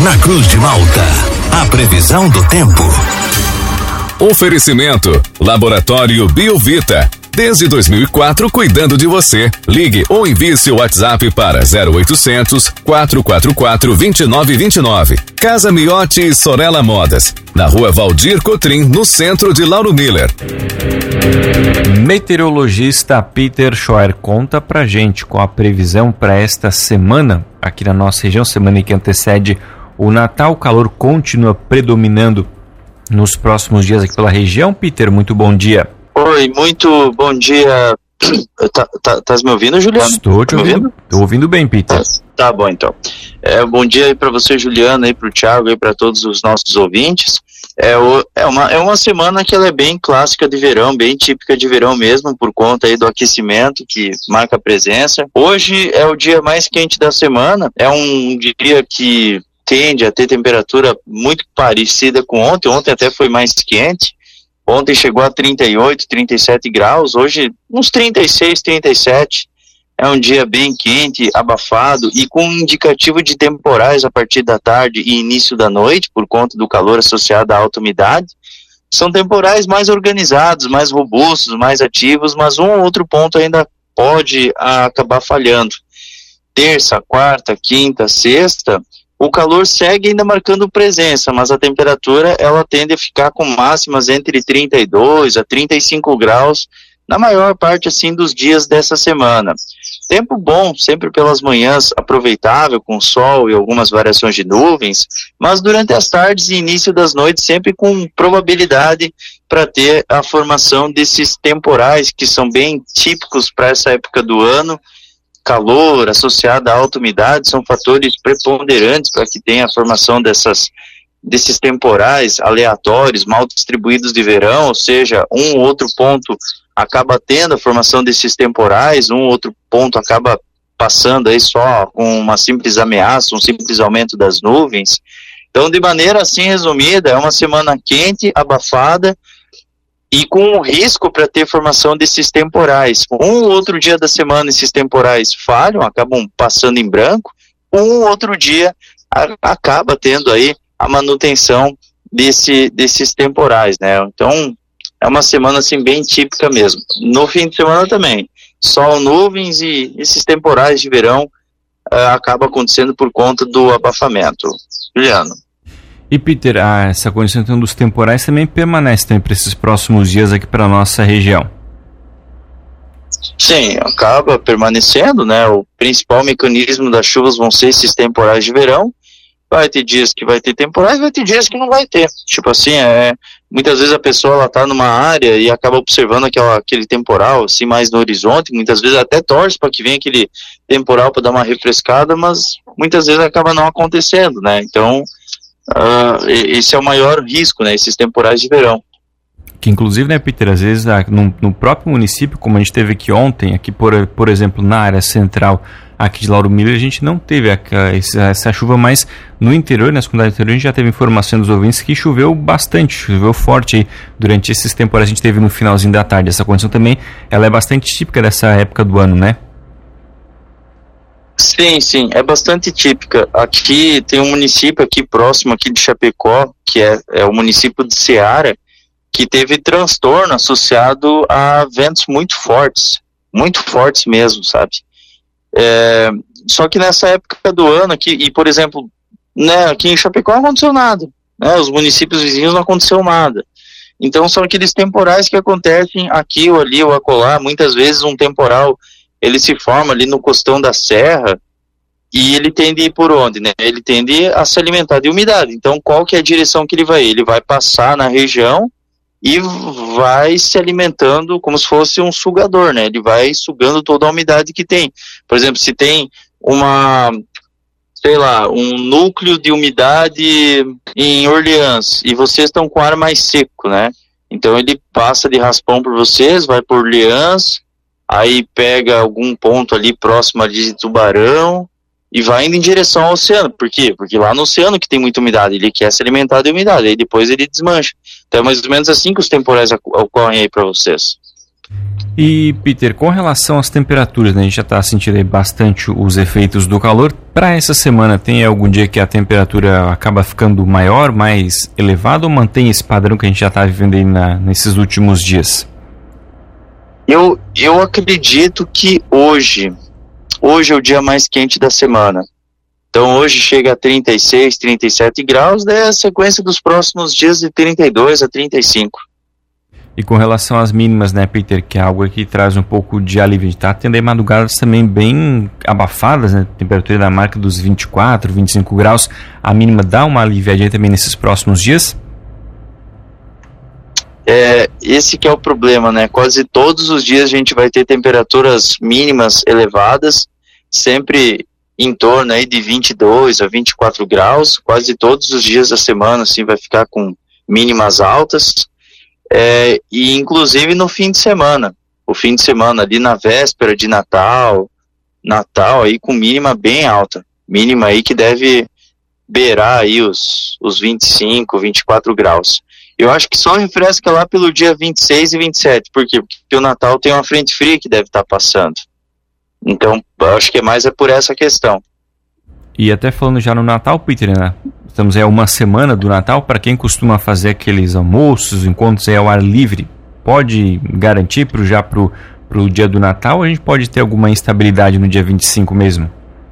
Na Cruz de Malta, a previsão do tempo. Oferecimento Laboratório Biovita. Desde 2004, cuidando de você. Ligue ou envie seu WhatsApp para 0800 444 2929. Casa Miotti e Sorella Modas. Na Rua Valdir Cotrim, no centro de Lauro Miller. Meteorologista Peter Scheuer conta pra gente com a previsão para esta semana, aqui na nossa região, semana que antecede o Natal. O calor continua predominando nos próximos dias aqui pela região. Peter, muito bom dia. Oi, muito bom dia. Tá me ouvindo, Juliano? Estou te ouvindo. Estou ouvindo bem, Peter. Tá bom, então. Bom dia aí para você, Juliano, aí para o Thiago, aí para todos os nossos ouvintes. É uma semana que ela é bem clássica de verão, bem típica de verão mesmo, por conta aí do aquecimento que marca a presença. Hoje é o dia mais quente da semana, é um dia que tende a ter temperatura muito parecida com ontem. Ontem até foi mais quente. Ontem chegou a 38, 37 graus, hoje uns 36, 37. É um dia bem quente, abafado e com indicativo de temporais a partir da tarde e início da noite, por conta do calor associado à alta umidade. São temporais mais organizados, mais robustos, mais ativos, mas um ou outro ponto ainda pode acabar falhando. Terça, quarta, quinta, sexta, o calor segue ainda marcando presença, mas a temperatura ela tende a ficar com máximas entre 32 a 35 graus na maior parte assim dos dias dessa semana. Tempo bom, sempre pelas manhãs, aproveitável, com sol e algumas variações de nuvens, mas durante as tardes e início das noites sempre com probabilidade para ter a formação desses temporais que são bem típicos para essa época do ano. Calor associado à alta umidade são fatores preponderantes para que tenha a formação desses temporais aleatórios, mal distribuídos de verão, ou seja, um ou outro ponto acaba tendo a formação desses temporais, um ou outro ponto acaba passando aí só com uma simples ameaça, um simples aumento das nuvens. Então, de maneira assim resumida, é uma semana quente, abafada, e com o risco para ter formação desses temporais. Um outro dia da semana esses temporais falham, acabam passando em branco, um outro dia acaba tendo aí a manutenção desses temporais, né? Então, é uma semana assim bem típica mesmo. No fim de semana também, sol, nuvens e esses temporais de verão acaba acontecendo por conta do abafamento. Juliano. E Peter, essa condição então, dos temporais também permanece para esses próximos dias aqui para a nossa região? Sim, acaba permanecendo, né? O principal mecanismo das chuvas vão ser esses temporais de verão. Vai ter dias que vai ter temporais, vai ter dias que não vai ter. Tipo assim, muitas vezes a pessoa ela tá numa área e acaba observando aquele temporal assim mais no horizonte, muitas vezes até torce para que venha aquele temporal para dar uma refrescada, mas muitas vezes acaba não acontecendo, né? Então, esse é o maior risco, né? Esses temporais de verão. Que inclusive, né, Peter, às vezes no próprio município, como a gente teve aqui ontem, aqui por exemplo, na área central aqui de Lauro Miller, a gente não teve essa chuva, mas no interior, nas comunidades interior, a gente já teve informação dos ouvintes que choveu bastante, choveu forte aí durante esses temporais que a gente teve no finalzinho da tarde. Essa condição também, ela é bastante típica dessa época do ano, né? Sim, é bastante típica. Aqui tem um município aqui próximo aqui de Chapecó, que é o município de Ceará, que teve transtorno associado a ventos muito fortes mesmo, sabe? Só que nessa época do ano aqui, e por exemplo, né, aqui em Chapecó não aconteceu nada, né, os municípios vizinhos não aconteceu nada. Então são aqueles temporais que acontecem aqui ou ali ou acolá. Muitas vezes um temporal ele se forma ali no costão da serra e ele tende a ir por onde, né? Ele tende a se alimentar de umidade. Então qual que é a direção que ele vai? Ele vai passar na região e vai se alimentando como se fosse um sugador, né? Ele vai sugando toda a umidade que tem. Por exemplo, se tem um núcleo de umidade em Orleans e vocês estão com ar mais seco, né? Então ele passa de raspão por vocês, vai por Orleans, aí pega algum ponto ali próximo ali de Tubarão e vai indo em direção ao oceano. Por quê? Porque lá no oceano que tem muita umidade, ele quer se alimentar de umidade, aí depois ele desmancha. Então é mais ou menos assim que os temporais ocorrem aí para vocês. E, Peter, com relação às temperaturas, né, a gente já está sentindo aí bastante os efeitos do calor. Para essa semana, tem algum dia que a temperatura acaba ficando maior, mais elevada, ou mantém esse padrão que a gente já está vivendo aí nesses últimos dias? Eu acredito que hoje é o dia mais quente da semana. Então hoje chega a 36, 37 graus, daí a sequência dos próximos dias de 32 a 35. E com relação às mínimas, né, Peter, que é algo que traz um pouco de alívio. A gente está tendo aí madrugadas também bem abafadas, né, temperatura da marca dos 24, 25 graus. A mínima dá uma aliviadinha também nesses próximos dias? Esse que é o problema, né? Quase todos os dias a gente vai ter temperaturas mínimas elevadas, sempre em torno aí de 22 a 24 graus. Quase todos os dias da semana, assim, vai ficar com mínimas altas. E inclusive no fim de semana. O fim de semana ali na véspera de Natal aí com mínima bem alta. Mínima aí que deve beirar aí os 25, 24 graus. Eu acho que só refresca lá pelo dia 26 e 27. Por quê? Porque o Natal tem uma frente fria que deve estar passando. Então, eu acho que mais é por essa questão. E até falando já no Natal, Peter, né? Estamos aí a uma semana do Natal. Para quem costuma fazer aqueles almoços, encontros aí ao ar livre, pode garantir já pro dia do Natal, ou a gente pode ter alguma instabilidade no dia 25 mesmo?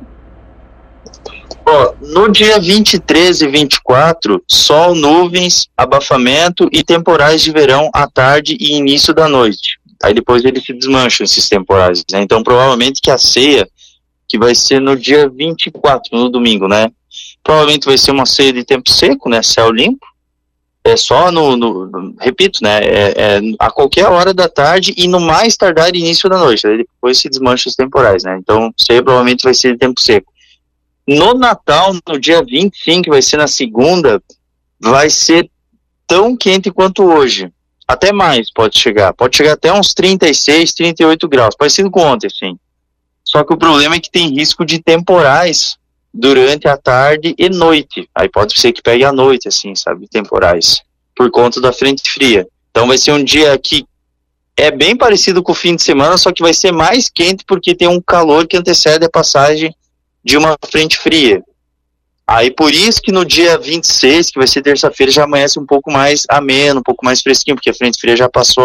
No dia 23 e 24, sol, nuvens, abafamento e temporais de verão à tarde e início da noite. Aí depois eles se desmancham, esses temporais, né? Então provavelmente que a ceia, que vai ser no dia 24, no domingo, né? Provavelmente vai ser uma ceia de tempo seco, né? Céu limpo. É só repito, né? A qualquer hora da tarde e no mais tardar início da noite. Aí depois se desmancham os temporais, né? Então ceia provavelmente vai ser de tempo seco. No Natal, no dia 25, que vai ser na segunda, vai ser tão quente quanto hoje. Até mais pode chegar. Pode chegar até uns 36, 38 graus. Parecido com ontem, assim. Só que o problema é que tem risco de temporais durante a tarde e noite. Aí pode ser que pegue à noite, assim, sabe? Temporais. Por conta da frente fria. Então vai ser um dia que é bem parecido com o fim de semana, só que vai ser mais quente porque tem um calor que antecede a passagem de uma frente fria. Aí por isso que no dia 26, que vai ser terça-feira, já amanhece um pouco mais ameno, um pouco mais fresquinho, porque a frente fria já passou.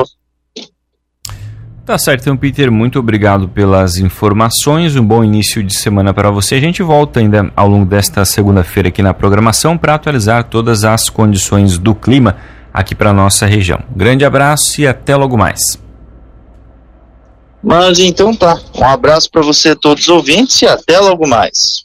Tá certo, então, Peter, muito obrigado pelas informações, um bom início de semana para você. A gente volta ainda ao longo desta segunda-feira aqui na programação para atualizar todas as condições do clima aqui para nossa região. Grande abraço e até logo mais. Mas então tá, um abraço para você todos os ouvintes e até logo mais.